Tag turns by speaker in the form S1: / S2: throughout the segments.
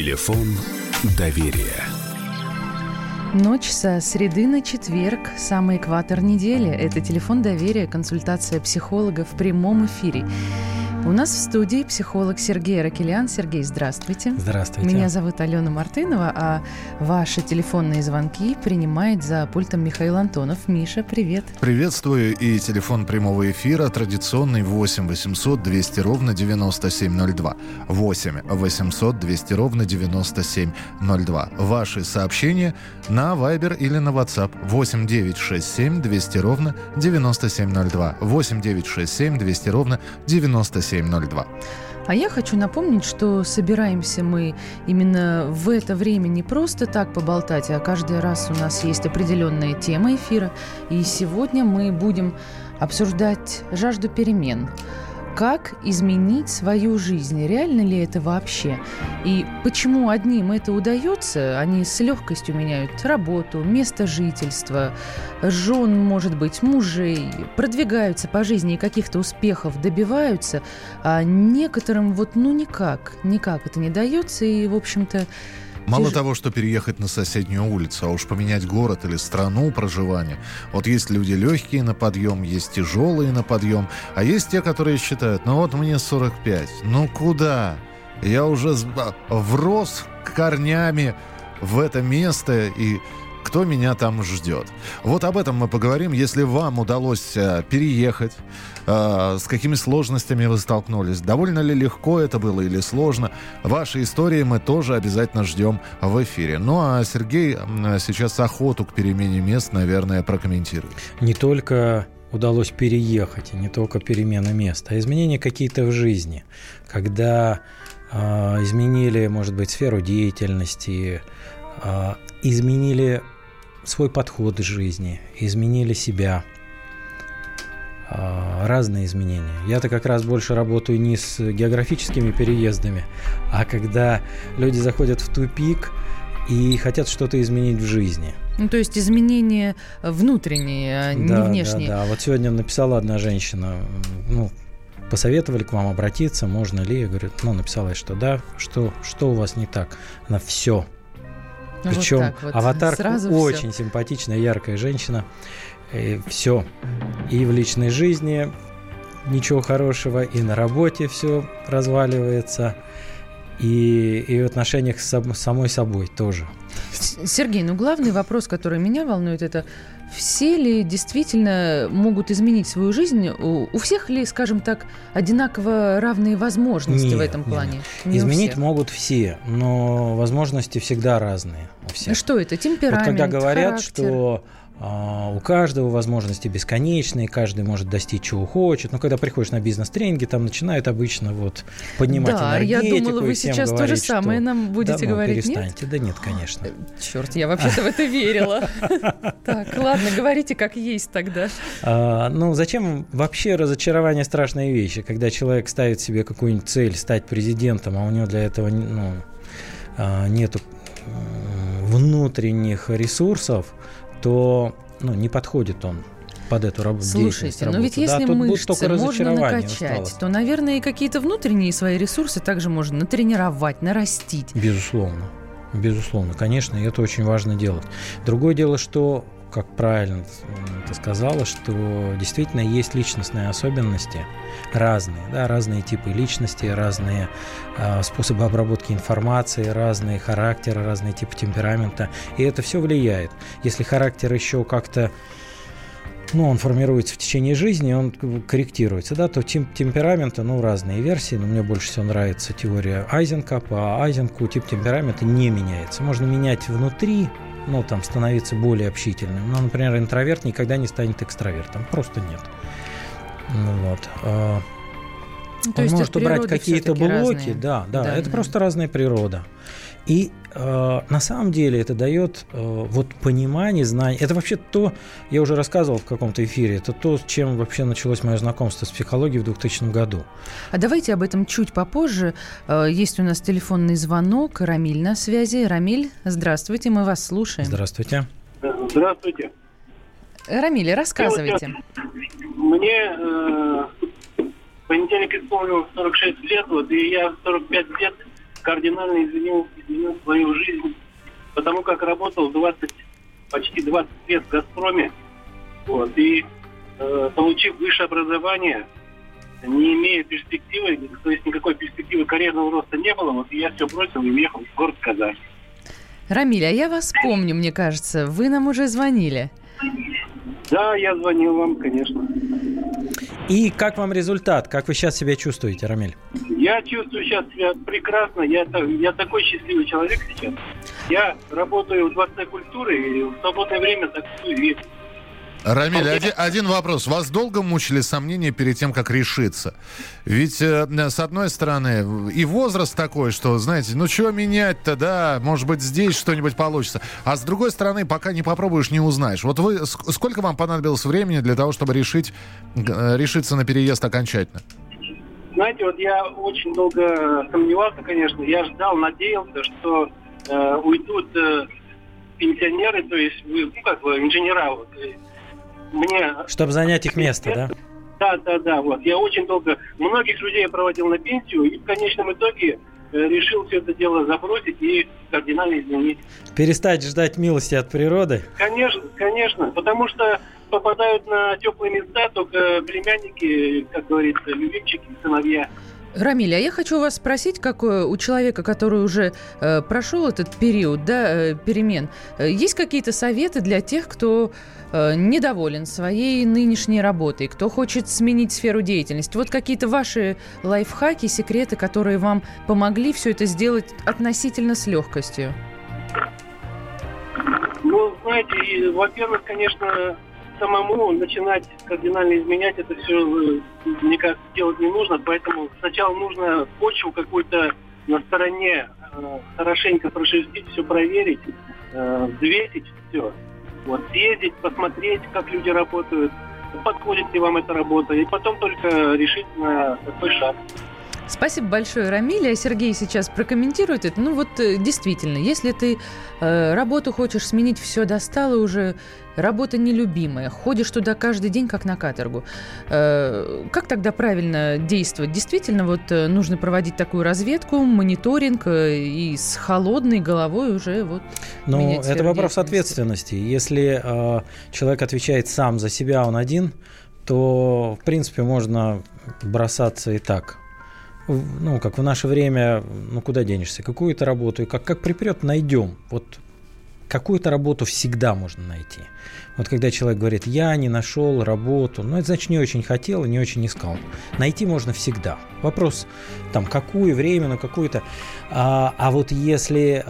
S1: Телефон доверия.
S2: Ночь со среды на четверг, самый экватор недели. Это телефон доверия, консультация психолога в прямом эфире. У нас в студии психолог Сергей Аракелян. Сергей, здравствуйте.
S3: Здравствуйте.
S2: Меня зовут Алена Мартынова, а ваши телефонные звонки принимает за пультом Михаил Антонов. Миша, привет.
S4: Приветствую. И телефон прямого эфира традиционный 8 800 200 ровно 9702. 8 800 200 ровно 9702. Ваши сообщения на Viber или на WhatsApp 8 967 200 ровно 9702. 8 967 200 ровно 9702.
S2: А я хочу напомнить, что собираемся мы именно в это время не просто так поболтать, а каждый раз у нас есть определенная тема эфира. И сегодня мы будем обсуждать жажду перемен. Как изменить свою жизнь? Реально ли это вообще? И почему одним это удается? Они с легкостью меняют работу, место жительства, жен, может быть, мужей, продвигаются по жизни и каких-то успехов добиваются, а некоторым никак это не дается. И, в общем-то,
S4: мало того, что переехать на соседнюю улицу, а уж поменять город или страну проживания. Вот есть люди легкие на подъем, есть тяжелые на подъем, а есть те, которые считают, мне 45, куда? Я уже врос корнями в это место, и кто меня там ждет? Вот об этом мы поговорим. Если вам удалось переехать, с какими сложностями вы столкнулись, довольно ли легко это было или сложно, ваши истории мы тоже обязательно ждем в эфире. А Сергей сейчас охоту к перемене мест, наверное, прокомментирует.
S3: Не только удалось переехать, не только перемена места, а изменения какие-то в жизни. Когда изменили, может быть, сферу деятельности, изменили свой подход к жизни, изменили себя. Разные изменения. Я-то как раз больше работаю не с географическими переездами, а когда люди заходят в тупик и хотят что-то изменить в жизни.
S2: То есть изменения внутренние, а не внешние.
S3: Да. Вот сегодня написала одна женщина, посоветовали к вам обратиться, можно ли? Я говорю, написала, что да, что у вас не так? Она все. Причем аватарка очень симпатичная, яркая женщина. И все. И в личной жизни ничего хорошего, и на работе все разваливается, и в отношениях с самой собой тоже.
S2: Сергей, главный вопрос, который меня волнует, это все ли действительно могут изменить свою жизнь? У всех ли, скажем так, одинаково равные возможности в этом плане?
S3: Нет. Изменить могут все, но возможности всегда разные у всех.
S2: Что это? Темперамент,
S3: когда говорят,
S2: характер?
S3: что у каждого возможности бесконечные, каждый может достичь чего хочет. Но когда приходишь на бизнес-тренинги, там начинают обычно поднимать энергетику.
S2: Я думала, вы сейчас
S3: говорить,
S2: то же самое нам будете говорить.
S3: Перестаньте.
S2: Нет?
S3: Да нет, конечно.
S2: Черт, я вообще-то в это верила. Так, ладно, говорите, как есть тогда.
S3: Зачем вообще разочарование — страшная вещь? Когда человек ставит себе какую-нибудь цель стать президентом, а у него для этого нету внутренних ресурсов, то не подходит он под эту деятельность.
S2: Слушайте, но ведь если мышцы можно накачать, то, наверное, и какие-то внутренние свои ресурсы также можно натренировать, нарастить.
S3: Безусловно, конечно, и это очень важно делать. Другое дело, что, как правильно ты сказала, что действительно есть личностные особенности разные типы личности, разные способы обработки информации, разные характеры, разные типы темперамента, и это все влияет. Если характер еще как-то он формируется в течение жизни, он корректируется, то темперамента, разные версии, но мне больше всего нравится теория Айзенка. По Айзенку тип темперамента не меняется. Можно менять внутри, становиться более общительным. Например, интроверт никогда не станет экстравертом. Просто нет. Он может убрать какие-то блоки. Да, это просто разная природа. И на самом деле это дает понимание, знание. Это вообще то, я уже рассказывал в каком-то эфире, это то, с чем вообще началось мое знакомство с психологией в 2000 году.
S2: А давайте об этом чуть попозже. Есть у нас телефонный звонок. Рамиль на связи. Рамиль, здравствуйте, мы вас слушаем.
S3: Здравствуйте.
S5: Здравствуйте.
S2: Рамиль, рассказывайте.
S5: Мне в понедельник исполнилось 46 лет, и я в 45 лет кардинально изменил свою жизнь, потому как работал почти 20 лет в «Газпроме», вот, и получив высшее образование, не имея перспективы, то есть никакой перспективы карьерного роста не было, вот я все бросил и уехал в город Казань.
S2: Рамиль, а я вас помню, мне кажется, вы нам уже звонили.
S5: Да, я звонил вам, конечно.
S3: И как вам результат? Как вы сейчас себя чувствуете, Рамиль?
S5: Я чувствую сейчас себя прекрасно. Я такой счастливый человек сейчас. Я работаю в Дворце культуры и в свободное время такую вещь.
S4: Рамиль, один вопрос. Вас долго мучили сомнения перед тем, как решиться? Ведь, с одной стороны, и возраст такой, что, знаете, ну чего менять-то, да, может быть, здесь что-нибудь получится. А с другой стороны, пока не попробуешь, не узнаешь. Вот вы, сколько вам понадобилось времени для того, чтобы решиться на переезд окончательно?
S5: Знаете, вот я очень долго сомневался, конечно. Я ждал, надеялся, что уйдут пенсионеры, то есть, инженера, вот,
S3: чтобы занять их место, да?
S5: Да. Вот. Я очень долго многих людей я проводил на пенсию и в конечном итоге решил все это дело забросить и кардинально изменить.
S3: Перестать ждать милости от природы?
S5: Конечно. Потому что попадают на теплые места только племянники, как говорится, любимчики, сыновья.
S2: Рамиль, а я хочу вас спросить, как у человека, который уже прошел этот период, да, перемен, есть какие-то советы для тех, кто недоволен своей нынешней работой, кто хочет сменить сферу деятельности? Вот какие-то ваши лайфхаки, секреты, которые вам помогли все это сделать относительно с легкостью?
S5: Ну, знаете, во-первых, конечно, самому начинать кардинально изменять это все никак делать не нужно, поэтому сначала нужно почву какую-то на стороне хорошенько прошерстить, все проверить, взвесить все. Вот, съездить, посмотреть, как люди работают, подходит ли вам эта работа, и потом только решить на такой шаг.
S2: Спасибо большое, Рамиль. А Сергей сейчас прокомментирует это. Ну вот действительно, если ты работу хочешь сменить, все достало уже, работа нелюбимая, ходишь туда каждый день, как на каторгу. Как тогда правильно действовать? Действительно, вот нужно проводить такую разведку, мониторинг и с холодной головой уже вот менять сферу.
S3: Это вопрос ответственности. Если человек отвечает сам за себя, он один, то, в принципе, можно бросаться и так. Ну, как в наше время, ну, куда денешься? Какую-то работу, и как припрет, найдем. Вот какую-то работу всегда можно найти. Вот когда человек говорит, я не нашел работу, ну, это значит, не очень хотел и не очень искал. Найти можно всегда. Вопрос, там, какую, временно, какую-то. А вот если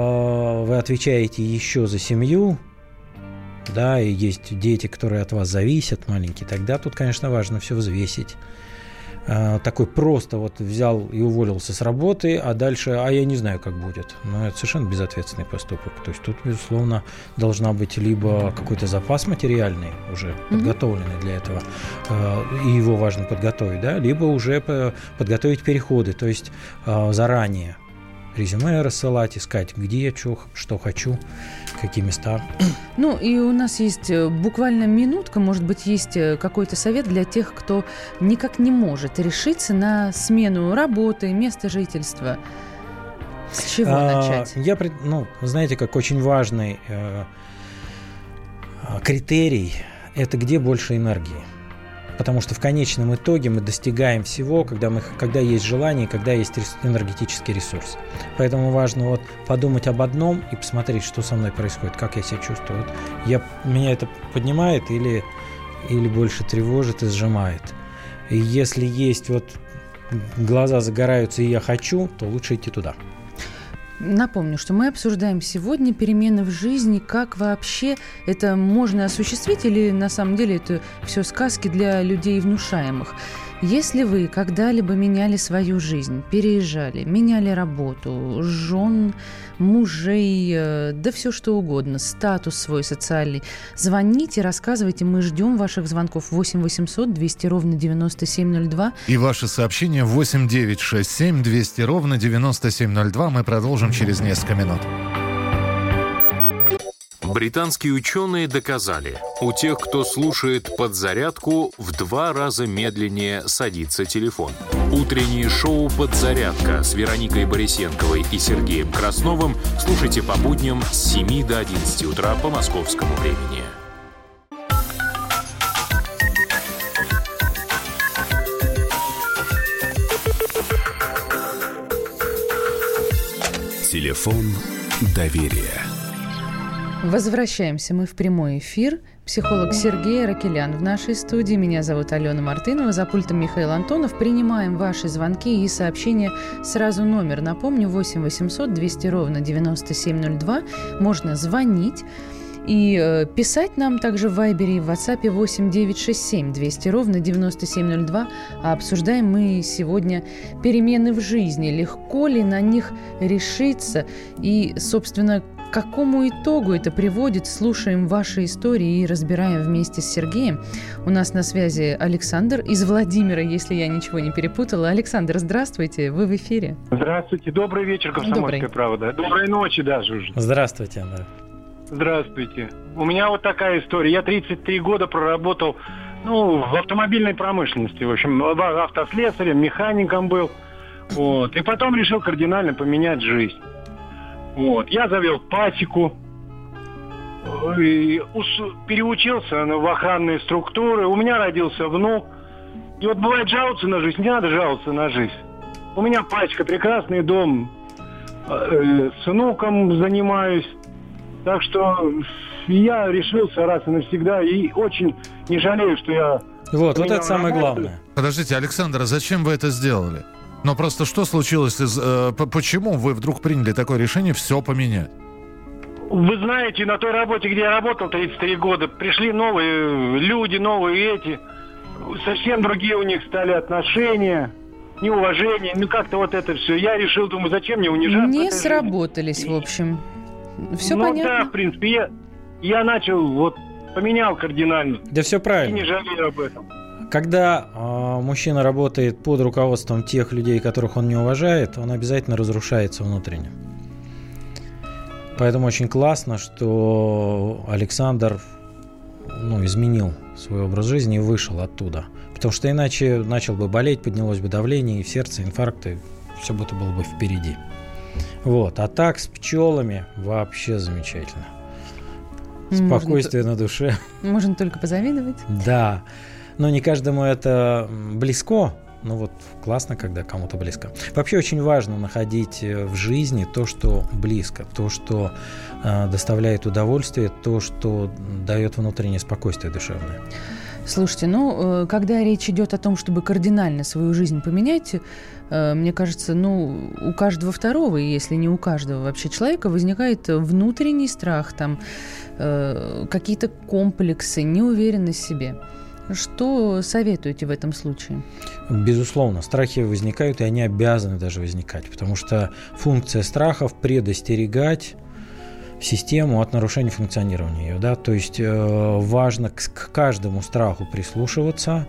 S3: вы отвечаете еще за семью, да, и есть дети, которые от вас зависят, маленькие, тогда тут, конечно, важно все взвесить. Такой просто вот взял и уволился с работы, а дальше, я не знаю, как будет. Но это совершенно безответственный поступок. То есть тут, безусловно, должна быть либо какой-то запас материальный, уже подготовленный для этого, и его важно подготовить, да, либо уже подготовить переходы, то есть заранее резюме рассылать, искать, где я что хочу, какие места.
S2: Ну, и у нас есть буквально минутка, может быть, есть какой-то совет для тех, кто никак не может решиться на смену работы, места жительства. С чего начать?
S3: Знаете, как очень важный критерий – это где больше энергии. Потому что в конечном итоге мы достигаем всего, когда есть желание, когда есть энергетический ресурс. Поэтому важно вот подумать об одном и посмотреть, что со мной происходит, как я себя чувствую. Меня это поднимает или больше тревожит и сжимает. И если есть вот глаза загораются и я хочу, то лучше идти туда.
S2: Напомню, что мы обсуждаем сегодня перемены в жизни, как вообще это можно осуществить, или на самом деле это все сказки для людей внушаемых. Если вы когда-либо меняли свою жизнь, переезжали, меняли работу, жен, мужей, да все что угодно, статус свой социальный, звоните, рассказывайте, мы ждем ваших звонков 8 800 200 ровно 9702.
S4: И ваши сообщения 8 967 200 ровно 9702. Мы продолжим через несколько минут.
S1: Британские ученые доказали, у тех, кто слушает «Подзарядку», в 2 раза медленнее садится телефон. Утреннее шоу «Подзарядка» с Вероникой Борисенковой и Сергеем Красновым слушайте по будням с 7 до 11 утра по московскому времени. Телефон доверия.
S2: Возвращаемся мы в прямой эфир. Психолог Сергей Аракелян в нашей студии. Меня зовут Алена Мартынова. За пультом Михаил Антонов. Принимаем ваши звонки и сообщения. Сразу номер напомню: 8 800 200 ровно 9702. Можно звонить и писать нам также в Вайбере и в WhatsApp 8 967 200 ровно 9702. А обсуждаем мы сегодня перемены в жизни. Легко ли на них решиться? И, собственно, к какому итогу это приводит? Слушаем ваши истории и разбираем вместе с Сергеем. У нас на связи Александр из Владимира, если я ничего не перепутала. Александр, здравствуйте, вы в эфире.
S6: Здравствуйте, добрый вечер, «Комсомольская правда». Доброй ночи даже уже.
S3: Здравствуйте, Андрей.
S6: Здравствуйте. У меня вот такая история. Я 33 года проработал в автомобильной промышленности. В общем, автослесарем, механиком был. Вот. И потом решил кардинально поменять жизнь. Вот. Я завел пасеку, переучился в охранные структуры. У меня родился внук. И вот бывает жаловаться на жизнь. Не надо жаловаться на жизнь. У меня пасека, прекрасный дом. С внуком занимаюсь. Так что я решился раз и навсегда. И очень не жалею, что я...
S3: Вот это самое главное.
S4: Подождите, Александр, а зачем вы это сделали? Но просто что случилось? Почему вы вдруг приняли такое решение все поменять?
S6: Вы знаете, на той работе, где я работал 33 года, пришли новые люди, новые эти. Совсем другие у них стали отношения, неуважение. Как-то вот это все. Я решил, думаю, зачем мне унижаться?
S2: Не сработались, в общем. Все понятно?
S6: Да, в принципе, я начал, поменял кардинально.
S3: Да все правильно.
S6: И не жалею об этом.
S3: Когда мужчина работает под руководством тех людей, которых он не уважает, он обязательно разрушается внутренне. Поэтому очень классно, что Александр изменил свой образ жизни и вышел оттуда. Потому что иначе начал бы болеть, поднялось бы давление, и в сердце инфаркты, все это было бы впереди. Вот. А так с пчелами вообще замечательно. Спокойствие на душе.
S2: Можно только позавидовать.
S3: Да. Но не каждому это близко. Классно, когда кому-то близко. Вообще очень важно находить в жизни то, что близко, то, что доставляет удовольствие, то, что дает внутреннее спокойствие душевное.
S2: Слушайте, когда речь идет о том, чтобы кардинально свою жизнь поменять, мне кажется, у каждого второго, если не у каждого вообще человека, возникает внутренний страх, какие-то комплексы, неуверенность в себе. Что советуете в этом случае?
S3: Безусловно, страхи возникают, и они обязаны даже возникать, потому что функция страхов – предостерегать систему от нарушения функционирования ее. Да? То есть важно к каждому страху прислушиваться,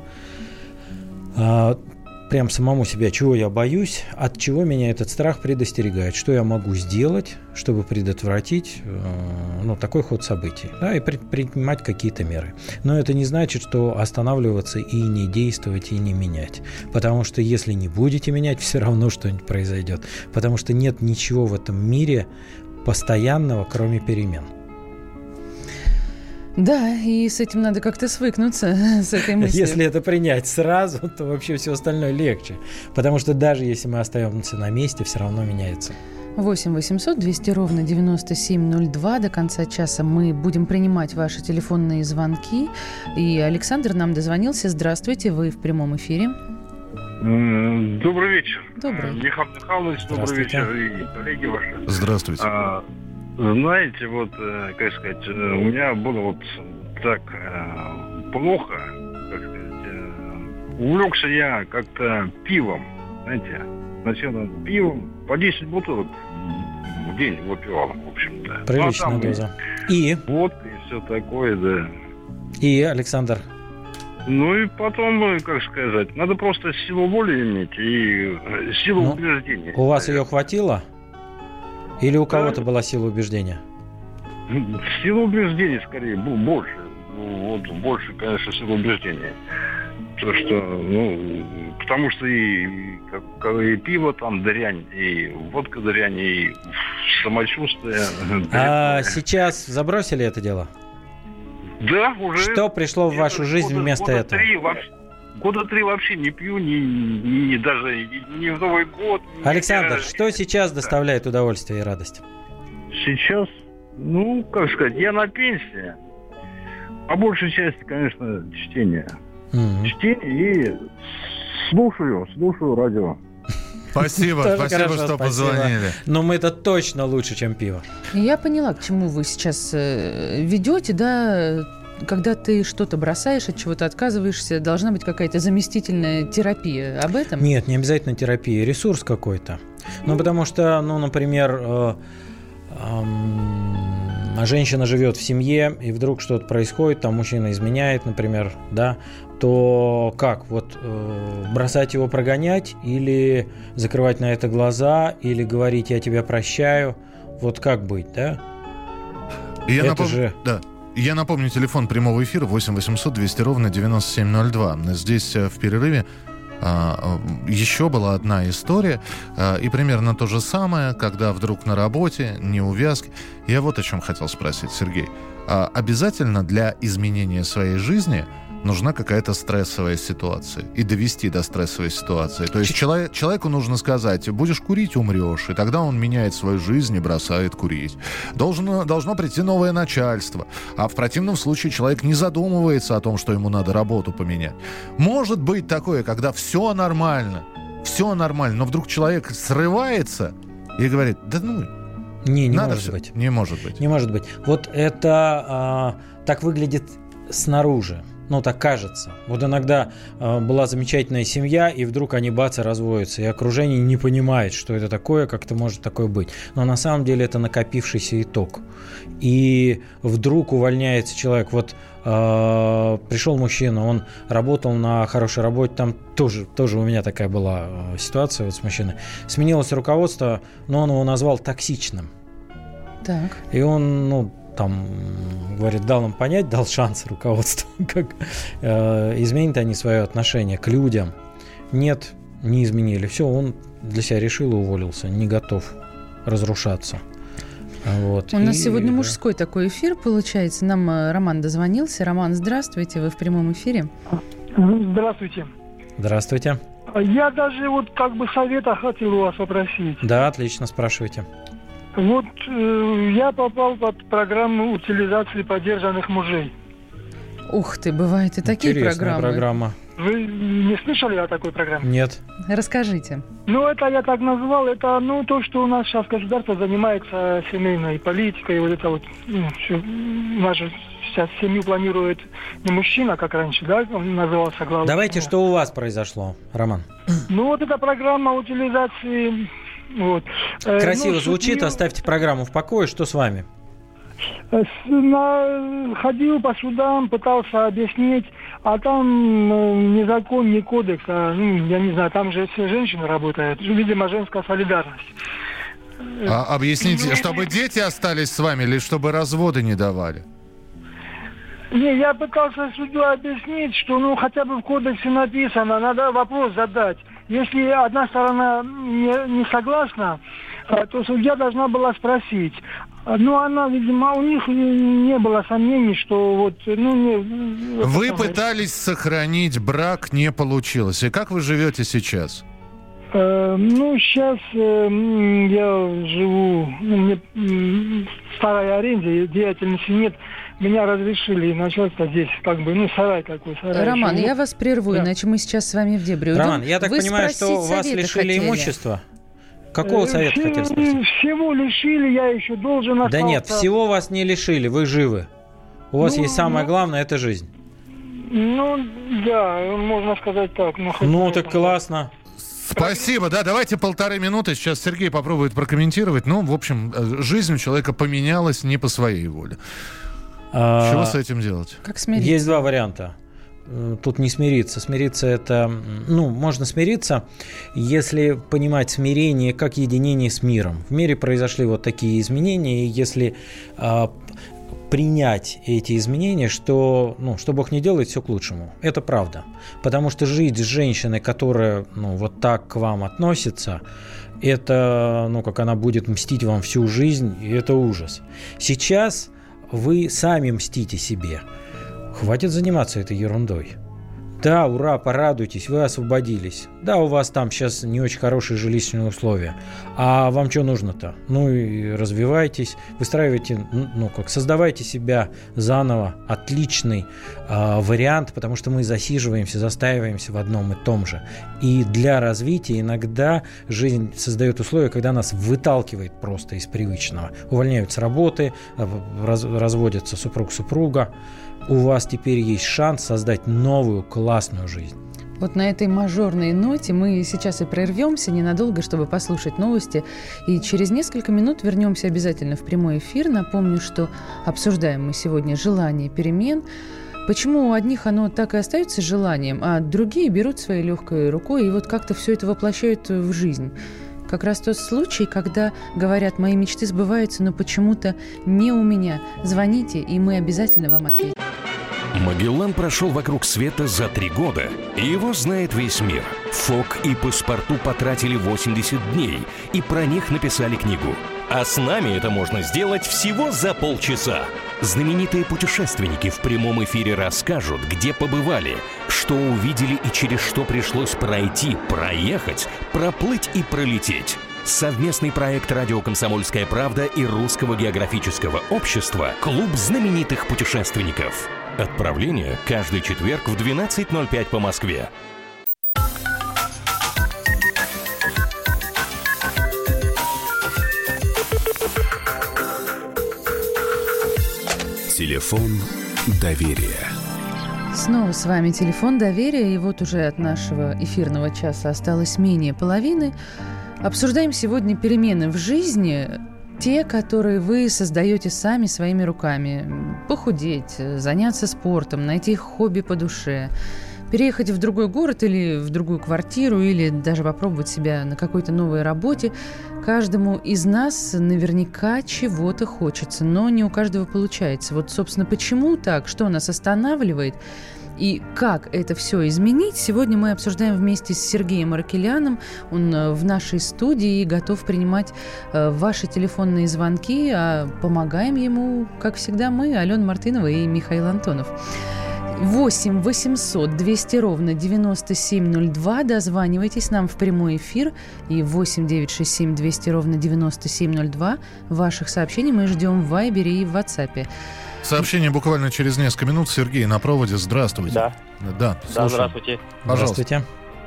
S3: прям самому себя, чего я боюсь, от чего меня этот страх предостерегает, что я могу сделать, чтобы предотвратить такой ход событий, да, и предпринимать какие-то меры. Но это не значит, что останавливаться и не действовать, и не менять. Потому что если не будете менять, все равно что-нибудь произойдет. Потому что нет ничего в этом мире постоянного, кроме перемен.
S2: Да, и с этим надо как-то свыкнуться, с этой мыслью.
S3: Если это принять сразу, то вообще все остальное легче. Потому что даже если мы остаемся на месте, все равно меняется.
S2: 8 800 200 ровно 9702. До конца часа мы будем принимать ваши телефонные звонки. И Александр нам дозвонился. Здравствуйте, вы в прямом эфире.
S7: Добрый вечер.
S2: Добрый.
S7: Михаил Михайлович, добрый вечер. И коллеги ваши.
S4: Здравствуйте.
S7: Знаете, как сказать, у меня было так плохо, как сказать, увлекся я как-то пивом, знаете, сначала пивом, по 10 бутылок в день выпивал, в общем-то.
S3: Приличная доза. И?
S7: Водка и все такое, да.
S3: И, Александр?
S7: И потом, как сказать, надо просто силу воли иметь и силу убеждения.
S3: У вас ее хватило? Или у кого-то была сила убеждения?
S7: сила убеждений скорее больше. Вот больше, конечно, сила убеждений. То, что, потому что и пиво там дрянь, и водка дрянь, и самочувствие.
S3: А сейчас забросили это дело?
S7: Да, уже.
S3: Что пришло в вашу жизнь вместо этого?
S7: Года 3 вообще не пью, даже не в Новый год.
S3: Александр, что сейчас доставляет удовольствие и радость?
S7: Сейчас, как сказать, я на пенсии. По большей части, конечно, чтение. Чтение и слушаю радио.
S4: Спасибо, что позвонили.
S3: Но мы это точно лучше, чем пиво.
S2: Я поняла, к чему вы сейчас ведете, да? Когда ты что-то бросаешь, от чего-то отказываешься, должна быть какая-то заместительная терапия. Об этом?
S3: Нет, не обязательно терапия, ресурс какой-то. Потому что, например, женщина живет в семье, и вдруг что-то происходит, там мужчина изменяет, например, да, то как? Бросать его, прогонять, или закрывать на это глаза, или говорить «я тебя прощаю», как быть, да?
S4: Я напомню, телефон прямого эфира 8 800 200 ровно 9702. Здесь в перерыве еще была одна история, и примерно то же самое, когда вдруг на работе неувязки. Я вот о чем хотел спросить, Сергей. Обязательно для изменения своей жизни нужна какая-то стрессовая ситуация. И довести до стрессовой ситуации. То есть человеку нужно сказать: будешь курить — умрешь. И тогда он меняет свою жизнь и бросает курить. Должно прийти новое начальство. А в противном случае человек не задумывается о том, что ему надо работу поменять. Может быть такое, когда все нормально, но вдруг человек срывается и говорит:
S3: не может быть.
S4: Не может быть.
S3: Не может быть. Вот это так выглядит снаружи. Так кажется. Вот иногда была замечательная семья, и вдруг они бац и разводятся, и окружение не понимает, что это такое, как это может такое быть. Но на самом деле это накопившийся итог. И вдруг увольняется человек. Пришел мужчина, он работал на хорошей работе, там тоже у меня такая была ситуация с мужчиной. Сменилось руководство, но он его назвал токсичным.
S2: Так.
S3: И он, говорит, дал нам понять, дал шанс руководству, как изменят они свое отношение к людям. Нет, не изменили. Все, он для себя решил и уволился, не готов разрушаться.
S2: У нас сегодня мужской такой эфир получается. Нам Роман дозвонился. Роман, здравствуйте, вы в прямом эфире.
S6: Здравствуйте.
S3: Здравствуйте.
S6: Я даже совета хотел у вас попросить.
S3: Да, отлично, спрашивайте.
S6: Я попал под программу утилизации подержанных мужей.
S2: Ух ты, бывают и такие
S3: интересная программа.
S6: Вы не слышали о такой программе?
S3: Нет.
S2: Расскажите.
S6: Это я так назвал. Это то, что у нас сейчас государство занимается семейной политикой. Все. У нас же сейчас семью планирует не мужчина, как раньше, да? Он назывался главой.
S3: Давайте, что у вас произошло, Роман?
S6: Это программа утилизации.
S3: Красиво звучит, оставьте программу в покое. Что с вами?
S6: Ходил по судам, пытался объяснить, а там ни закон, ни кодекс, я не знаю, там же все женщины работают, видимо, женская солидарность.
S4: Объясните, чтобы дети остались с вами или чтобы разводы не давали?
S6: Не, я пытался суду объяснить, что хотя бы в кодексе написано, надо вопрос задать. Если одна сторона не согласна, то судья должна была спросить. Она, видимо, у них не было сомнений, что
S4: Вы пытались сохранить брак, не получилось. И как вы живете сейчас?
S6: Сейчас я живу в старой аренде, деятельности нет. Меня разрешили начальство здесь, сарай такой.
S2: Роман, я вас прерву, иначе мы сейчас с вами в дебри уйдем.
S3: Роман, я так понимаю, что вас лишили имущества? Какого совета хотели спросить?
S6: Всего лишили, я еще должен остаться.
S3: Да нет, всего вас не лишили, вы живы. У вас есть самое главное, это жизнь.
S6: Да, можно сказать так.
S3: Так классно.
S4: Спасибо, да, давайте 1,5 минуты, сейчас Сергей попробует прокомментировать. В общем, жизнь у человека поменялась не по своей воле. Что с этим делать?
S2: Как смириться?
S3: Есть два варианта. тут не смириться. Смириться это... можно смириться, если понимать смирение как единение с миром. В мире произошли вот такие изменения, и если принять эти изменения, что Бог не делает, все к лучшему. Это правда. Потому что жить с женщиной, которая вот так к вам относится, это, как она будет мстить вам всю жизнь, и это ужас. Сейчас вы сами мстите себе. Хватит заниматься этой ерундой. Да, ура, порадуйтесь, вы освободились. Да, у вас там сейчас не очень хорошие жилищные условия. А вам что нужно-то? И развивайтесь, выстраивайте, создавайте себя заново. Отличный вариант, потому что мы засиживаемся, застаиваемся в одном и том же. И для развития иногда жизнь создает условия, когда нас выталкивает просто из привычного. Увольняют с работы, разводятся супруг-супруга. У вас теперь есть шанс создать новую классную жизнь.
S2: Вот на этой мажорной ноте мы сейчас и прервемся ненадолго, чтобы послушать новости. И через несколько минут вернемся обязательно в прямой эфир. Напомню, что обсуждаем мы сегодня желание перемен. Почему у одних оно так и остается желанием, а другие берут своей легкой рукой и вот как-то все это воплощают в жизнь. Как раз тот случай, когда говорят, мои мечты сбываются, но почему-то не у меня. Звоните, и мы обязательно вам ответим.
S8: Магеллан прошел вокруг света за 3 года, и его знает весь мир. Фок и Паспарту потратили 80 дней, и про них написали книгу. А с нами это можно сделать всего за полчаса. Знаменитые путешественники в прямом эфире расскажут, где побывали, что увидели и через что пришлось пройти, проехать, проплыть и пролететь. Совместный проект «Радио Комсомольская правда» и Русского географического общества «Клуб знаменитых путешественников». Отправление каждый четверг в 12:05 по Москве.
S1: Телефон доверия.
S2: Снова с вами телефон доверия, и вот уже от нашего эфирного часа осталось менее половины. Обсуждаем сегодня перемены в жизни, те, которые вы создаете сами своими руками. Похудеть, заняться спортом, найти хобби по душе, переехать в другой город или в другую квартиру, или даже попробовать себя на какой-то новой работе. Каждому из нас наверняка чего-то хочется, но не у каждого получается. Вот, собственно, почему так? Что нас останавливает? И как это все изменить, сегодня мы обсуждаем вместе с Сергеем Аракеляном. Он в нашей студии и готов принимать ваши телефонные звонки. А помогаем ему, как всегда, мы, Алена Мартынова и Михаил Антонов. 8 800 200 ровно 9702. Дозванивайтесь нам в прямой эфир. И 8 967 200 ровно 9702. Ваших сообщений мы ждем в Вайбере и в WhatsApp.
S4: Сообщение буквально через несколько минут. Сергей на проводе. Здравствуйте.
S9: Да, здравствуйте.
S3: Здравствуйте.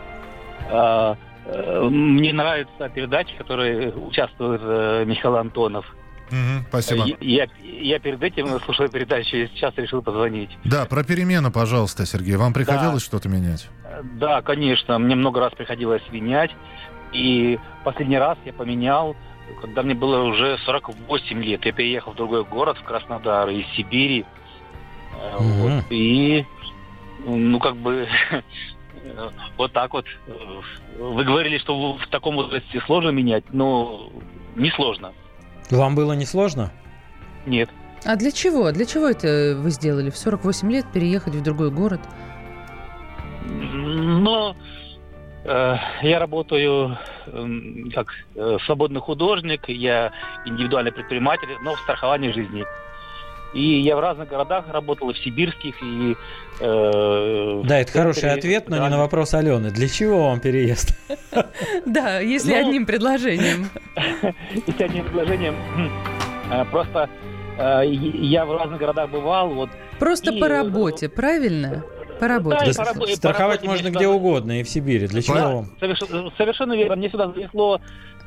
S9: Мне нравится передача, в которой участвует Михаил Антонов.
S4: Спасибо.
S9: Я перед этим слушал передачу и сейчас решил позвонить.
S4: Да, про перемены, пожалуйста, Сергей. Вам приходилось что-то менять?
S9: Да, конечно. Мне много раз приходилось менять. И последний раз я поменял, когда мне было уже 48 лет. Я переехал в другой город, в Краснодар, из Сибири. Вот, и, вот так вот. Вы говорили, что в таком возрасте сложно менять, но не сложно.
S3: Вам было не сложно?
S9: Нет.
S2: А для чего? Для чего это вы сделали? В 48 лет переехать в другой город?
S9: Я работаю как свободный художник, я индивидуальный предприниматель, но в страховании жизни. И я в разных городах работал, и в сибирских, и...
S3: Да, это хороший ответ, но не на вопрос Алены. Для чего вам переезд?
S2: Да, если одним предложением.
S9: Если одним предложением. Просто я в разных городах бывал.
S2: Просто по работе, правильно? По работе.
S3: Страховать можно где угодно, и в Сибири. Для чего вам?
S9: Совершенно верно. Мне сюда занесло...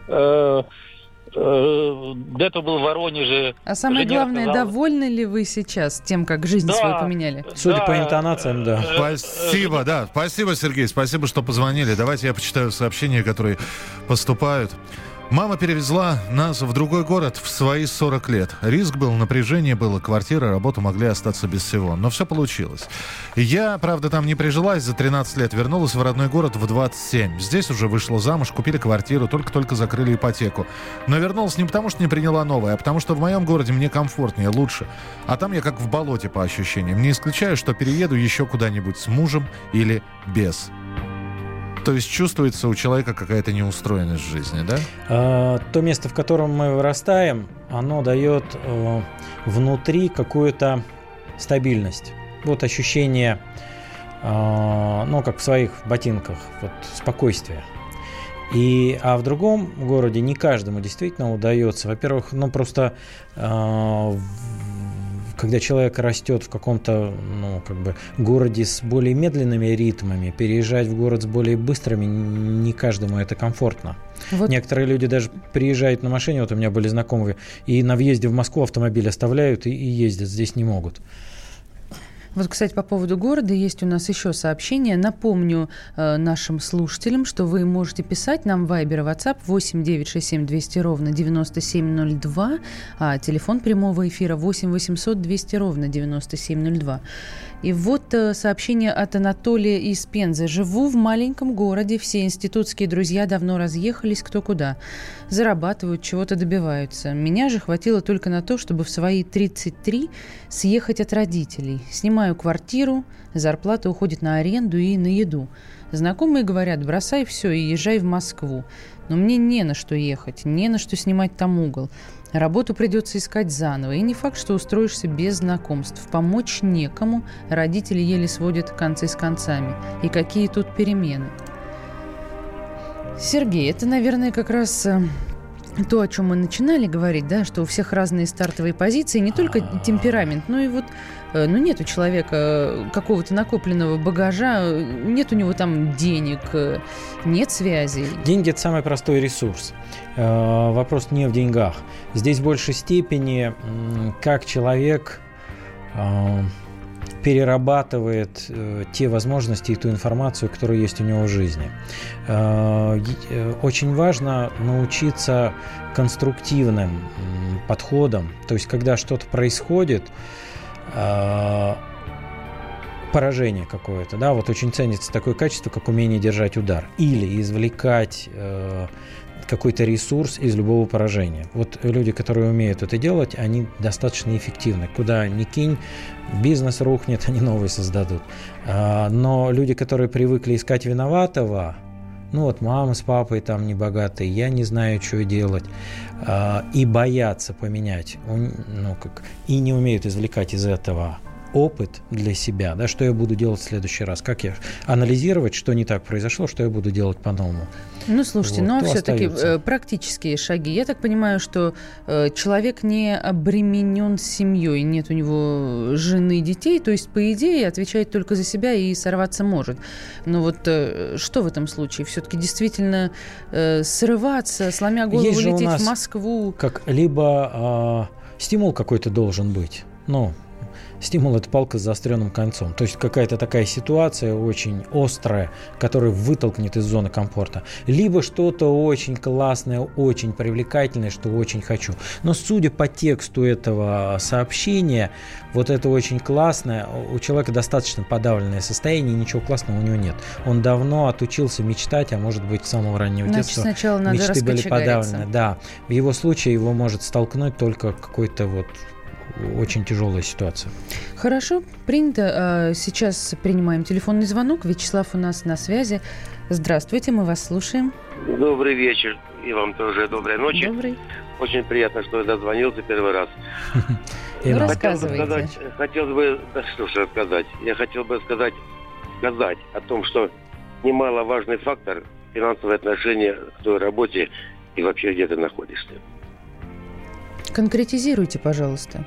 S9: До этого был в Воронеже.
S2: А самое главное, довольны ли вы сейчас тем, как жизнь свою поменяли?
S3: Судя по интонациям, да.
S4: Спасибо, Спасибо, Сергей. Спасибо, что позвонили. Давайте я почитаю сообщения, которые поступают. Мама перевезла нас в другой город в свои 40 лет. Риск был, напряжение было, квартира, работа, могли остаться без всего. Но все получилось. Я, правда, там не прижилась, за 13 лет вернулась в родной город в 27. Здесь уже вышла замуж, купили квартиру, только-только закрыли ипотеку. Но вернулась не потому, что не приняла новое, а потому что в моем городе мне комфортнее, лучше. А там я как в болоте по ощущениям. Не исключаю, что перееду еще куда-нибудь с мужем или без. То есть чувствуется у человека какая-то неустроенность в жизни, да?
S3: То место, в котором мы вырастаем, оно дает внутри какую-то стабильность. Вот ощущение, как в своих ботинках, вот спокойствие. А в другом городе не каждому действительно удается. Во-первых, просто когда человек растет в каком-то, городе с более медленными ритмами, переезжать в город с более быстрыми, не каждому это комфортно. Вот. Некоторые люди даже приезжают на машине, вот у меня были знакомые, и на въезде в Москву автомобиль оставляют и ездят, здесь не могут.
S2: Вот, кстати, по поводу города есть у нас еще сообщение. Напомню нашим слушателям, что вы можете писать нам в Viber и WhatsApp 8 967 200 ровно 9702, а телефон прямого эфира 8 800 200 ровно 9702. И вот сообщение от Анатолия из Пензы. «Живу в маленьком городе, все институтские друзья давно разъехались кто куда. Зарабатывают, чего-то добиваются. Меня же хватило только на то, чтобы в свои 33 съехать от родителей. Снимаю квартиру, зарплата уходит на аренду и на еду. Знакомые говорят, бросай все и езжай в Москву. Но мне не на что ехать, не на что снимать там угол. Работу придется искать заново. И не факт, что устроишься без знакомств. Помочь некому. Родители еле сводят концы с концами. И какие тут перемены?» Сергей, это, наверное, как раз то, о чем мы начинали говорить, да, что у всех разные стартовые позиции, не только темперамент, но и вот нет у человека какого-то накопленного багажа, нет у него там денег, нет связей.
S3: Деньги – это самый простой ресурс. Вопрос не в деньгах. Здесь в большей степени, как человек перерабатывает те возможности и ту информацию, которая есть у него в жизни. Очень важно научиться конструктивным подходам. То есть, когда что-то происходит, поражение какое-то, да, вот очень ценится такое качество, как умение держать удар или извлекать какой-то ресурс из любого поражения. Вот люди, которые умеют это делать, они достаточно эффективны. Куда ни кинь, бизнес рухнет, они новый создадут. Но люди, которые привыкли искать виноватого, мама с папой там небогатые, я не знаю, что делать, и боятся поменять, и не умеют извлекать из этого опыт для себя, да, что я буду делать в следующий раз, как я анализировать, что не так произошло, что я буду делать по-новому.
S2: Слушайте, но все-таки практические шаги. Я так понимаю, что человек не обременен семьей, нет у него жены и детей, то есть, по идее, отвечает только за себя и сорваться может. Но вот что в этом случае? Все-таки действительно срываться, сломя голову, лететь в Москву?
S3: Либо стимул какой-то должен быть, стимул – это палка с заостренным концом. То есть какая-то такая ситуация очень острая, которая вытолкнет из зоны комфорта. Либо что-то очень классное, очень привлекательное, что очень хочу. Но судя по тексту этого сообщения, вот это очень классное, у человека достаточно подавленное состояние, ничего классного у него нет. Он давно отучился мечтать, а может быть, с самого раннего детства
S2: сначала надо
S3: мечты были
S2: раскочегариться.
S3: подавлены. Да. В его случае его может столкнуть только какой-то очень тяжелая ситуация.
S2: Хорошо, принято. Сейчас принимаем телефонный звонок. Вячеслав у нас на связи. Здравствуйте, мы вас слушаем.
S10: Добрый вечер. И вам тоже доброй ночи.
S2: Добрый.
S10: Очень приятно, что я дозвонился первый раз.
S2: Рассказывайте.
S10: Хотелось бы рассказать. Я хотел бы сказать о том, что немаловажный фактор – финансовые отношения к той работе и вообще где ты находишься.
S2: Конкретизируйте, пожалуйста.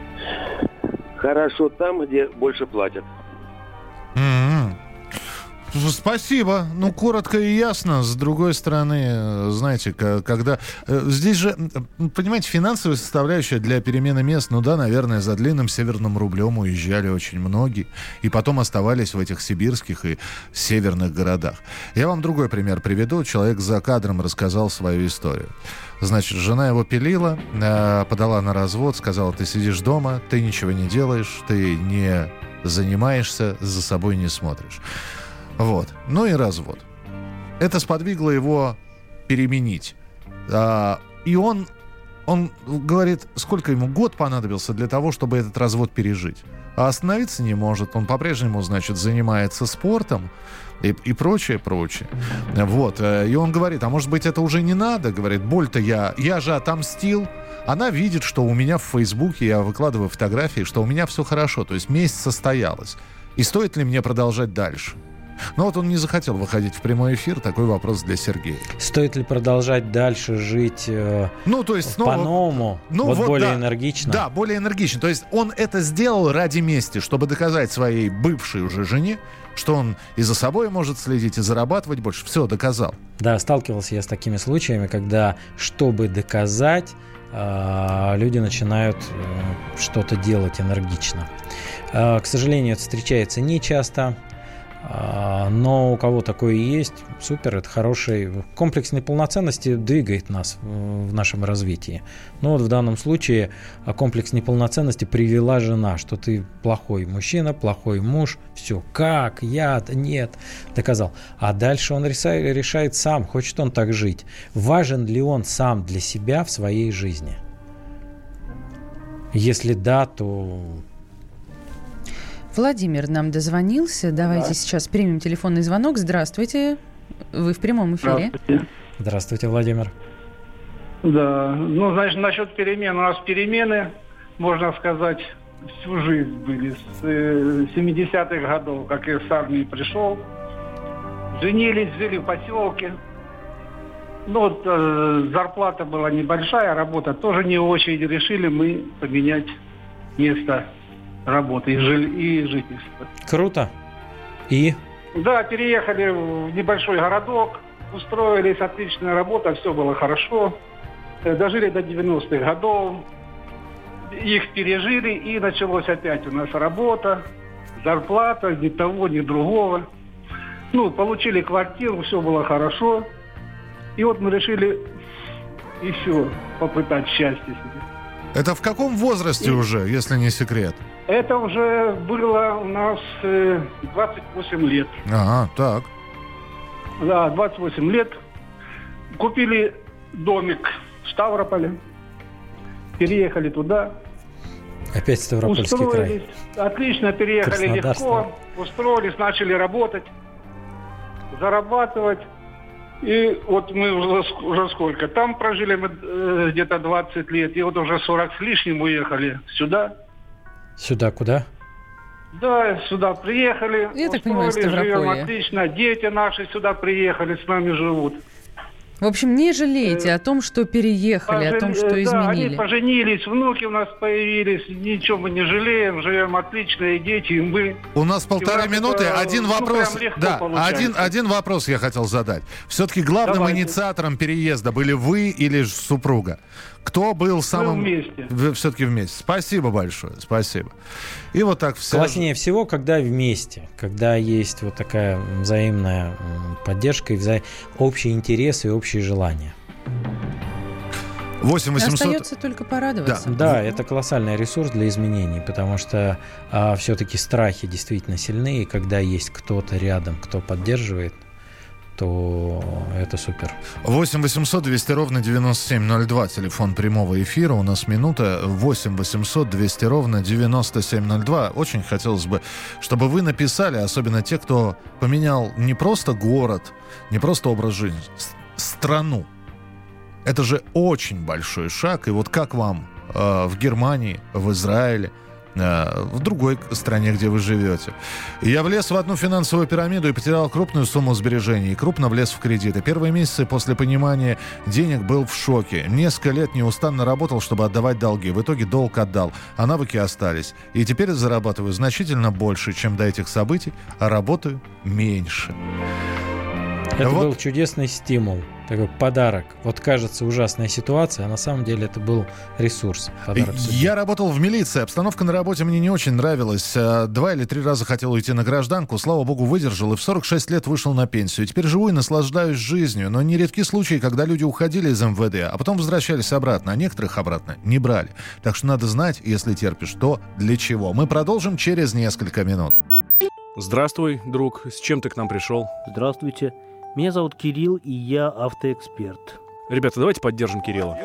S10: Хорошо там, где больше платят.
S4: Спасибо. Ну, коротко и ясно. С другой стороны, знаете, когда... Здесь же, понимаете, финансовая составляющая для перемены мест, ну да, наверное, за длинным северным рублем уезжали очень многие. И потом оставались в этих сибирских и северных городах. Я вам другой пример приведу. Человек за кадром рассказал свою историю. Значит, жена его пилила, подала на развод, сказала: ты сидишь дома, ты ничего не делаешь, ты не занимаешься, за собой не смотришь. Вот. Ну и развод. Это сподвигло его переменить. И он говорит, сколько ему год понадобился для того, чтобы этот развод пережить. А остановиться не может. Он по-прежнему, значит, занимается спортом и прочее. Вот. И он говорит, а может быть, это уже не надо? Говорит, боль-то я же отомстил. Она видит, что у меня в Фейсбуке, я выкладываю фотографии, что у меня все хорошо. То есть месть состоялась. И стоит ли мне продолжать дальше? Но вот он не захотел выходить в прямой эфир. Такой вопрос для Сергея.
S3: Стоит ли продолжать дальше жить
S4: то есть снова,
S3: по-новому, более энергично?
S4: Да, более энергично. То есть он это сделал ради мести, чтобы доказать своей бывшей уже жене, что он и за собой может следить, и зарабатывать больше. Все, доказал. Да,
S3: сталкивался я с такими случаями, когда, чтобы доказать, люди начинают что-то делать энергично. К сожалению, это встречается нечасто. Но у кого такое есть, супер, это хороший комплекс неполноценности двигает нас в нашем развитии. Но вот в данном случае комплекс неполноценности привела жена, что ты плохой мужчина, плохой муж, все, как, нет, доказал. А дальше он решает сам, хочет он так жить. Важен ли он сам для себя в своей жизни? Если да, то...
S2: Владимир нам дозвонился. Давайте сейчас примем телефонный звонок. Здравствуйте. Вы в прямом эфире.
S3: Здравствуйте, Владимир.
S6: Да, значит, насчет перемен. У нас перемены, можно сказать, всю жизнь были. С 70-х годов, как я с армии пришел. Женились, жили в поселке. Зарплата была небольшая, работа тоже не очень. Решили мы поменять место работы и жительства.
S3: Круто. И?
S6: Да, переехали в небольшой городок, устроились, отличная работа, все было хорошо. Дожили до 90-х годов, их пережили, и началась опять у нас работа, зарплата, ни того, ни другого. Получили квартиру, все было хорошо. И вот мы решили еще попытать счастье себе.
S4: Это в каком возрасте уже, если не секрет?
S6: Это уже было у нас 28 лет.
S4: Ага, так.
S6: Да, 28 лет. Купили домик в Ставрополе. Переехали туда.
S3: Опять Ставропольский край.
S6: Отлично, переехали легко. Устроились, начали работать, зарабатывать. И вот мы уже сколько? Там прожили мы где-то 20 лет. И вот уже 40 с лишним уехали сюда.
S3: Сюда куда?
S6: Да, сюда приехали.
S2: Я так понимаю,
S6: живем отлично. Дети наши сюда приехали, с нами живут.
S2: В общем, не жалеете о том, что переехали, о том, что изменили.
S6: Да, они поженились, внуки у нас появились, ничего мы не жалеем, живем отлично, и дети, и мы.
S4: У нас 1,5 минуты, один вопрос. Да, один вопрос я хотел задать. Все-таки главным инициатором переезда были вы или супруга? Кто был самым...
S6: Мы вместе.
S4: Вы все-таки вместе. Спасибо большое, спасибо. И вот так все.
S3: Класснее всего, когда вместе, когда есть вот такая взаимная поддержка, и общие интересы и общие желания.
S4: 8-800...
S2: Остается только порадоваться.
S3: Да, это колоссальный ресурс для изменений, потому что все-таки страхи действительно сильны, и когда есть кто-то рядом, кто поддерживает, то это супер.
S4: 8-800-200-97-02, телефон прямого эфира. У нас минута. 8-800-200-97-02. Очень хотелось бы, чтобы вы написали, особенно те, кто поменял не просто город, не просто образ жизни, страну. Это же очень большой шаг. И вот как вам в Германии, в Израиле, в другой стране, где вы живете. Я влез в одну финансовую пирамиду и потерял крупную сумму сбережений. И крупно влез в кредиты. Первые месяцы после понимания денег был в шоке. Несколько лет неустанно работал, чтобы отдавать долги. В итоге долг отдал, а навыки остались. И теперь зарабатываю значительно больше, чем до этих событий, а работаю меньше.
S3: Это был чудесный стимул, такой подарок. Вот кажется, ужасная ситуация, а на самом деле это был ресурс.
S4: Я работал в милиции, обстановка на работе мне не очень нравилась. 2 или 3 раза хотел уйти на гражданку, слава богу, выдержал и в 46 лет вышел на пенсию. Теперь живу и наслаждаюсь жизнью, но нередки случаи, когда люди уходили из МВД, а потом возвращались обратно, а некоторых обратно не брали. Так что надо знать, если терпишь, то для чего. Мы продолжим через несколько минут.
S11: Здравствуй, друг. С чем ты к нам пришел?
S12: Здравствуйте. Меня зовут Кирилл, и я автоэксперт.
S11: Ребята, давайте поддержим Кирилла.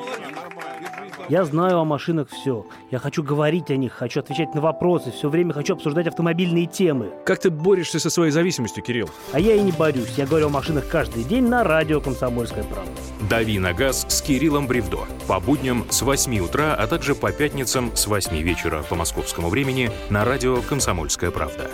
S12: Я знаю о машинах все. Я хочу говорить о них, хочу отвечать на вопросы, все время хочу обсуждать автомобильные темы.
S11: Как ты борешься со своей зависимостью, Кирилл?
S12: А я и не борюсь. Я говорю о машинах каждый день на радио «Комсомольская правда».
S1: «Дави на газ» с Кириллом Бревдо. По будням с 8 утра, а также по пятницам с 8 вечера по московскому времени на радио «Комсомольская правда».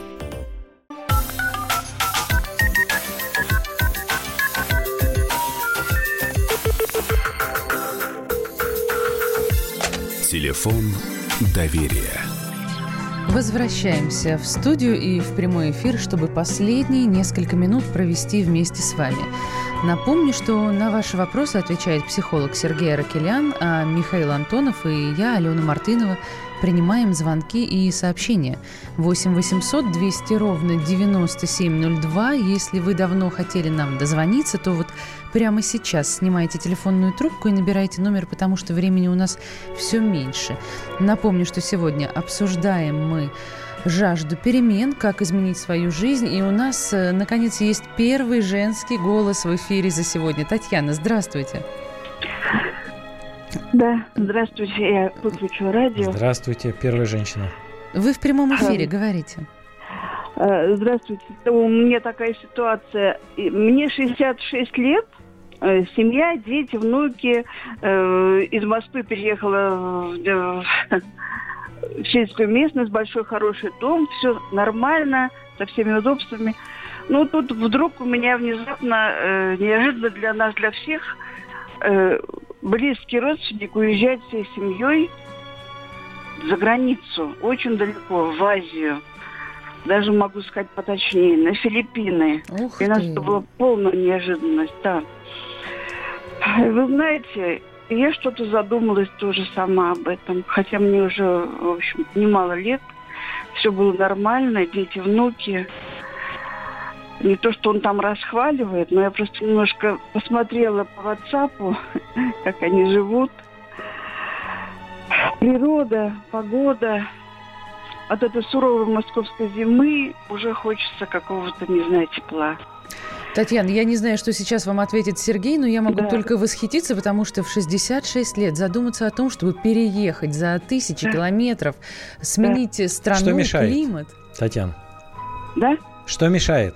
S8: Телефон доверия.
S2: Возвращаемся в студию и в прямой эфир, чтобы последние несколько минут провести вместе с вами. Напомню, что на ваши вопросы отвечает психолог Сергей Аракелян, а Михаил Антонов и я, Алена Мартынова, принимаем звонки и сообщения. 8 800 200 ровно 9702. Если вы давно хотели нам дозвониться, то вот прямо сейчас снимайте телефонную трубку и набирайте номер, потому что времени у нас все меньше. Напомню, что сегодня обсуждаем мы жажду перемен, как изменить свою жизнь. И у нас, наконец, есть первый женский голос в эфире за сегодня. Татьяна, здравствуйте.
S13: Да, здравствуйте, я выключила радио.
S3: Здравствуйте, первая женщина.
S2: Вы в прямом эфире, говорите.
S13: Здравствуйте. У меня такая ситуация. Мне 66 лет, семья, дети, внуки. Из Москвы переехала в сельскую местность, большой хороший дом, все нормально, со всеми удобствами. Но тут вдруг у меня внезапно, неожиданно для нас, для всех, близкий родственник уезжает всей семьей за границу, очень далеко, в Азию. Даже могу сказать поточнее, на Филиппины.
S2: Ух
S13: И у нас
S2: ты.
S13: это была полная неожиданность, да. Вы знаете, я что-то задумалась тоже сама об этом, хотя мне уже, в общем, немало лет. Все было нормально, дети, внуки. Не то, что он там расхваливает, но я просто немножко посмотрела по WhatsApp, как они живут. Природа, погода. От этой суровой московской зимы уже хочется какого-то, не знаю, тепла.
S2: Татьяна, я не знаю, что сейчас вам ответит Сергей, но я могу только восхититься, потому что в 66 лет задуматься о том, чтобы переехать за 1000 километров, сменить страну,
S3: Что мешает,
S2: климат.
S3: Татьяна?
S13: Да?
S3: Что мешает?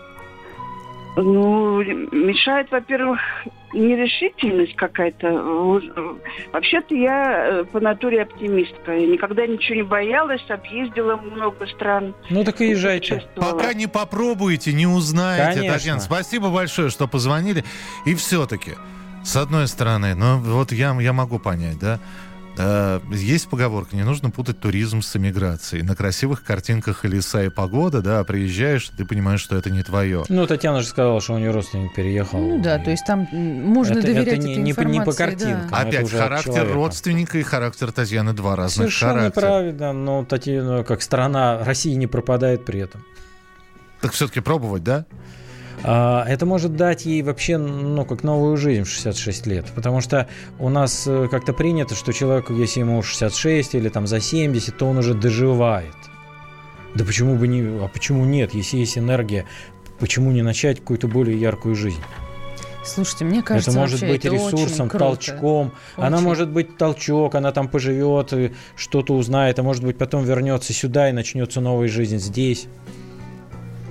S13: Ну, мешает, во-первых, нерешительность какая-то. Вообще-то я по натуре оптимистка. Я никогда ничего не боялась, объездила много стран.
S3: Ну так и езжайте.
S4: Пока не попробуете, не узнаете,
S3: Конечно.
S4: Татьяна. Спасибо большое, что позвонили. И все-таки, с одной стороны, ну вот я могу понять, да, есть поговорка, не нужно путать туризм с эмиграцией. На красивых картинках и леса, и погода, да, приезжаешь, ты понимаешь, что это не твое.
S3: Ну, Татьяна же сказала, что у нее родственник переехал.
S2: Ну да, то есть там можно доверять
S3: это
S2: этой
S3: не
S2: информации.
S3: по картинкам.
S2: Да.
S4: Опять
S3: это уже от
S4: характер
S3: человека.
S4: родственника и характер Татьяны два разных
S3: Совершенно
S4: характера.
S3: правильно, но Татьяна, как страна России не пропадает при этом.
S4: Так все-таки пробовать, да?
S3: Это может дать ей вообще, ну, как новую жизнь в 66 лет. Потому что у нас как-то принято, что человеку, если ему 66 или там за 70, то он уже доживает. Да почему бы не... А почему нет? Если есть энергия, почему не начать какую-то более яркую жизнь?
S2: Слушайте, мне кажется,
S3: это может
S2: вообще
S3: быть
S2: это
S3: ресурсом,
S2: очень круто.
S3: толчком. Она
S2: Очень.
S3: может быть толчок, она там поживет, и что-то узнает, а может быть потом вернется сюда и начнется новая жизнь здесь.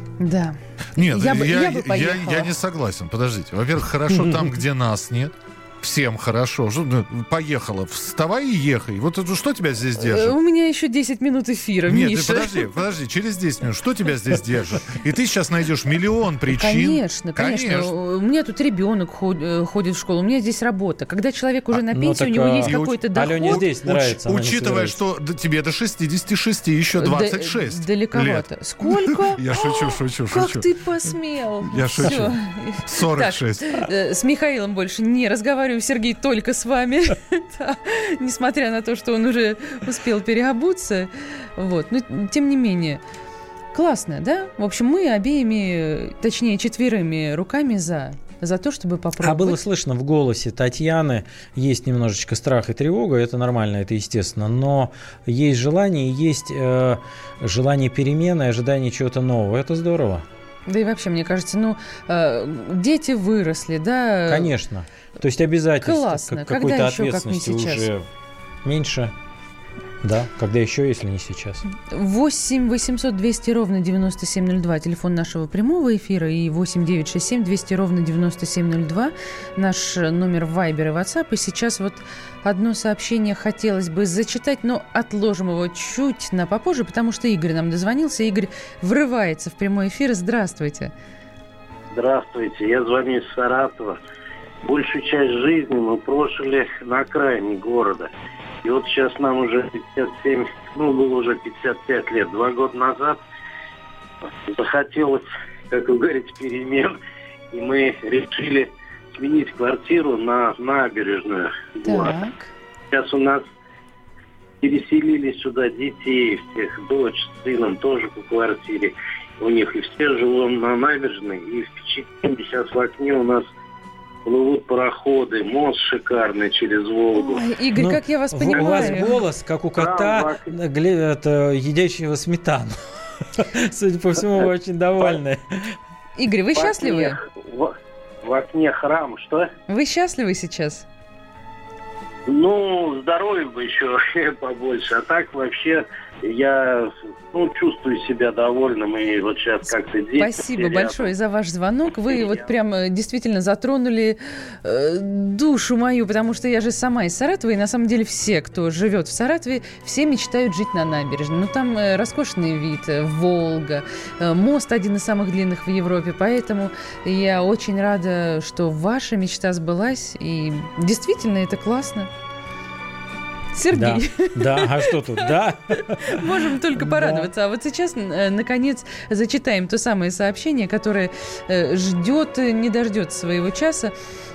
S2: Да.
S4: Нет,
S2: Я бы поехала.
S4: я не согласен. Подождите. Во-первых, хорошо там, где нас нет. всем хорошо. Поехала, вставай и ехай. Вот это что тебя здесь держит?
S2: У меня еще 10 минут эфира,
S4: Нет,
S2: Миша.
S4: подожди, через 10 минут. Что тебя здесь держит? И ты сейчас найдешь миллион причин.
S2: Конечно. У меня тут ребенок ходит в школу, у меня здесь работа. Когда человек уже на пенсии, у него есть какой-то доход.
S3: Алене здесь нравится.
S4: Учитывая, что тебе до 66 еще 26
S2: далековато.
S4: лет.
S2: Сколько?
S4: Я шучу.
S2: Как ты посмел?
S4: Я шучу. 46.
S2: С Михаилом больше не разговариваю, Сергей, только с вами. Несмотря на то, что он уже успел переобуться. Вот. Но, тем не менее, классно, да? В общем, мы обеими, точнее, четверыми руками за то, чтобы попробовать.
S3: А было слышно в голосе Татьяны, есть немножечко страх и тревога, это нормально, это естественно, но есть желание, есть желание перемены, ожидание чего-то нового, это здорово.
S2: Да и вообще, мне кажется, дети выросли, да?
S3: Конечно. То есть обязательств
S2: классно.
S3: какой-то ответственности уже меньше. Да, когда еще, если не сейчас.
S2: 8 800 200 ровно 9702, телефон нашего прямого эфира, и 8 967 200 ровно 9702, наш номер Viber и WhatsApp. И сейчас вот одно сообщение хотелось бы зачитать, но отложим его чуть на попозже, потому что Игорь нам дозвонился. Игорь врывается в прямой эфир. Здравствуйте.
S14: Здравствуйте, я звоню из Саратова. Большую часть жизни мы прожили на окраине города. И вот сейчас нам уже 57, было уже 55 лет. 2 года назад захотелось, как вы говорите, перемен. И мы решили сменить квартиру на набережную. Вот. Сейчас у нас переселили сюда детей всех, дочь с сыном тоже по квартире. У них и все живем на набережной. И впечатление сейчас в окне у нас плывут пароходы, мост шикарный через Волгу.
S2: Ой, Игорь, как я вас понимаю.
S3: У вас голос, как у кота, едящего сметану. Судя по всему, вы очень довольны.
S2: Игорь, вы счастливы?
S14: В окне храм, что?
S2: Вы счастливы сейчас?
S14: Здоровья бы еще побольше. А так вообще я чувствую себя довольным. И вот сейчас как-то дети.
S2: Спасибо большое за ваш звонок. Вы вот прям действительно затронули душу мою, потому что я же сама из Саратова. И на самом деле все, кто живет в Саратове, все мечтают жить на набережной. Там роскошный вид, Волга, мост один из самых длинных в Европе. Поэтому я очень рада, что ваша мечта сбылась. И действительно это классно. Сергей.
S3: Да, а что тут, да?
S2: Можем только порадоваться. А вот сейчас, наконец, зачитаем то самое сообщение, которое ждет, не дождется своего часа.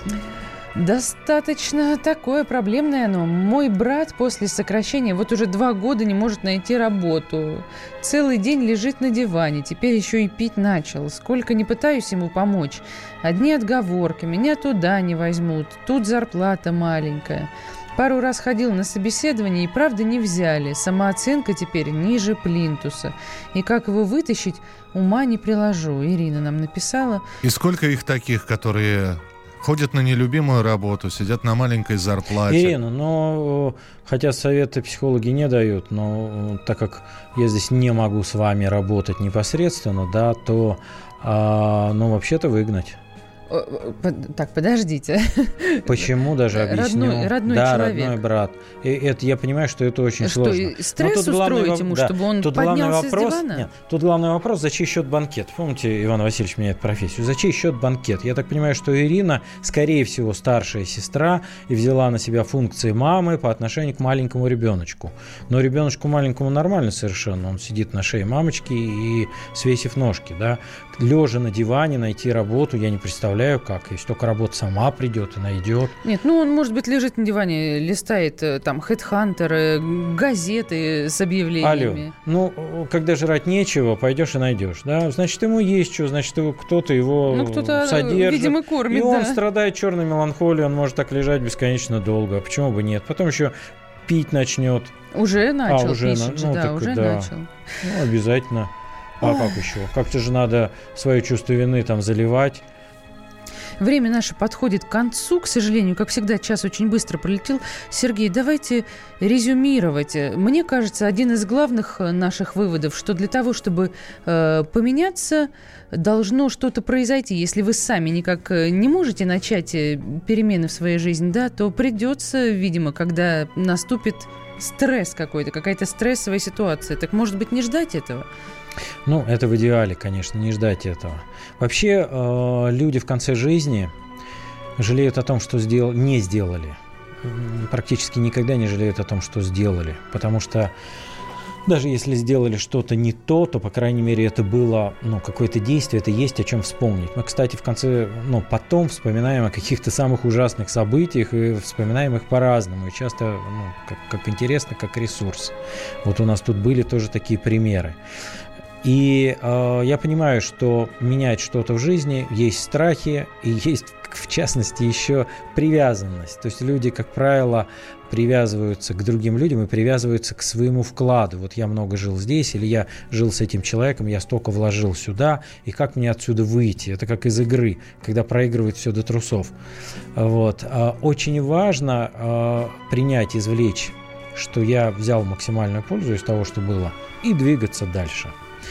S2: Достаточно такое проблемное оно. Мой брат после сокращения вот уже 2 года не может найти работу. Целый день лежит на диване, теперь еще и пить начал. Сколько не пытаюсь ему помочь. Одни отговорки, меня туда не возьмут, тут зарплата маленькая. Пару раз ходил на собеседование и, правда, не взяли. Самооценка теперь ниже плинтуса. И как его вытащить, ума не приложу. Ирина нам написала.
S4: И сколько их которые ходят на нелюбимую работу, сидят на маленькой зарплате?
S3: Ирина, хотя советы психологи не дают, но так как я здесь не могу с вами работать непосредственно, да, то, вообще-то выгнать.
S2: Так, подождите.
S3: Почему, даже объясню.
S2: Родной человек.
S3: Родной брат. И это, я понимаю, что это очень сложно.
S2: Стресс устроить ему, чтобы он поднялся с дивана?
S3: Нет, тут главный вопрос, за чей счет банкет? Помните, Иван Васильевич меняет профессию. За чей счет банкет? Я так понимаю, что Ирина, скорее всего, старшая сестра, и взяла на себя функции мамы по отношению к маленькому ребеночку. Но ребеночку маленькому нормально совершенно. Он сидит на шее мамочки и свесив ножки, да. Лежа на диване найти работу, я не представляю, как. Если только работа сама придет и найдет.
S2: Нет, он, может быть, лежит на диване, листает там HeadHunter, газеты с объявлениями.
S3: Алло, когда жрать нечего, пойдешь и найдешь, да? Значит, ему есть что, значит, кто-то его
S2: кто-то,
S3: содержит.
S2: Видимо, кормит,
S3: и он страдает черной меланхолией, он может так лежать бесконечно долго. Почему бы нет? Потом еще пить начнет.
S2: Уже начал,
S3: уже
S2: начал.
S3: Обязательно. А как еще? Как-то же надо свое чувство вины там заливать.
S2: время наше подходит к концу, к сожалению. Как всегда, час очень быстро пролетел. Сергей, давайте резюмировать. Мне кажется, один из главных наших выводов, что для того, чтобы поменяться, должно что-то произойти. Если вы сами никак не можете начать перемены в своей жизни, да, то придется, видимо, когда наступит стресс какой-то, какая-то стрессовая ситуация. Так, может быть, не ждать этого?
S3: Ну, это в идеале, конечно, не ждать этого. Вообще, люди в конце жизни жалеют о том, что не сделали. Практически никогда не жалеют о том, что сделали. Потому что даже если сделали что-то не то, то, по крайней мере, это было какое-то действие, это есть о чем вспомнить. Мы, кстати, в конце, потом вспоминаем о каких-то самых ужасных событиях и вспоминаем их по-разному. И часто, как интересно, как ресурс. Вот у нас тут были тоже такие примеры. И я понимаю, что менять что-то в жизни есть страхи и есть, в частности, еще привязанность. То есть люди, как правило, привязываются к другим людям и привязываются к своему вкладу. Вот я много жил здесь, или я жил с этим человеком, я столько вложил сюда, и как мне отсюда выйти? Это как из игры, когда проигрывают все до трусов. Вот. Очень важно принять, извлечь, что я взял максимальную пользу из того, что было, и двигаться дальше.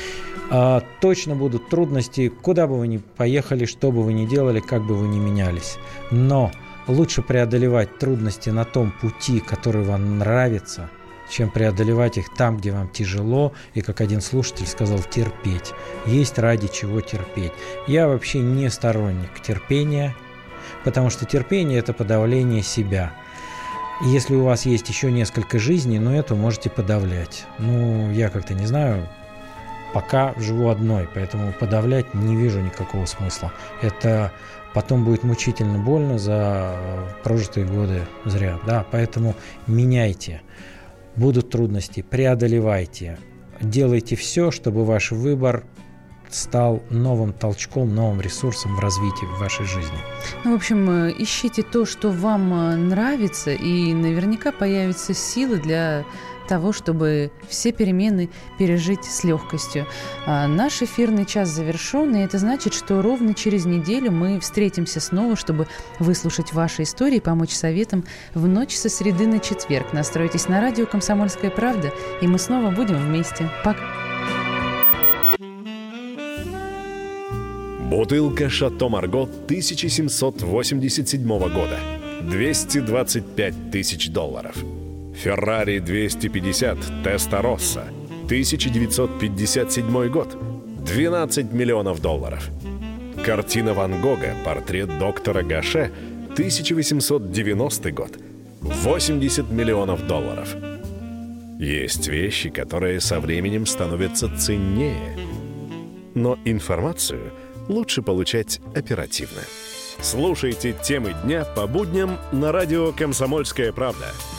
S3: Точно будут трудности, куда бы вы ни поехали, что бы вы ни делали, как бы вы ни менялись. Но лучше преодолевать трудности на том пути, который вам нравится, чем преодолевать их там, где вам тяжело, и, как один слушатель сказал, терпеть. Есть ради чего терпеть. Я вообще не сторонник терпения, потому что терпение – это подавление себя. Если у вас есть еще несколько жизней, эту можете подавлять. Я как-то не знаю, пока живу одной, поэтому подавлять не вижу никакого смысла. Это потом будет мучительно больно за прожитые годы зря. Да? Поэтому меняйте. Будут трудности, преодолевайте. Делайте все, чтобы ваш выбор стал новым толчком, новым ресурсом в развитии в вашей жизни.
S2: В общем, ищите то, что вам нравится, и наверняка появятся силы для того, чтобы все перемены пережить с легкостью. Наш эфирный час завершен, и это значит, что ровно через неделю мы встретимся снова, чтобы выслушать ваши истории и помочь советам в ночь со среды на четверг. Настройтесь на радио «Комсомольская правда», и мы снова будем вместе. Пока.
S15: Бутылка «Шато Марго» 1787 года. $225 тысяч. Феррари 250 Теста-Росса, 1957 год, $12 миллионов. Картина Ван Гога «Портрет доктора Гаше», 1890 год, $80 миллионов. Есть вещи, которые со временем становятся ценнее. Но информацию лучше получать оперативно. Слушайте темы дня по будням на радио «Комсомольская правда».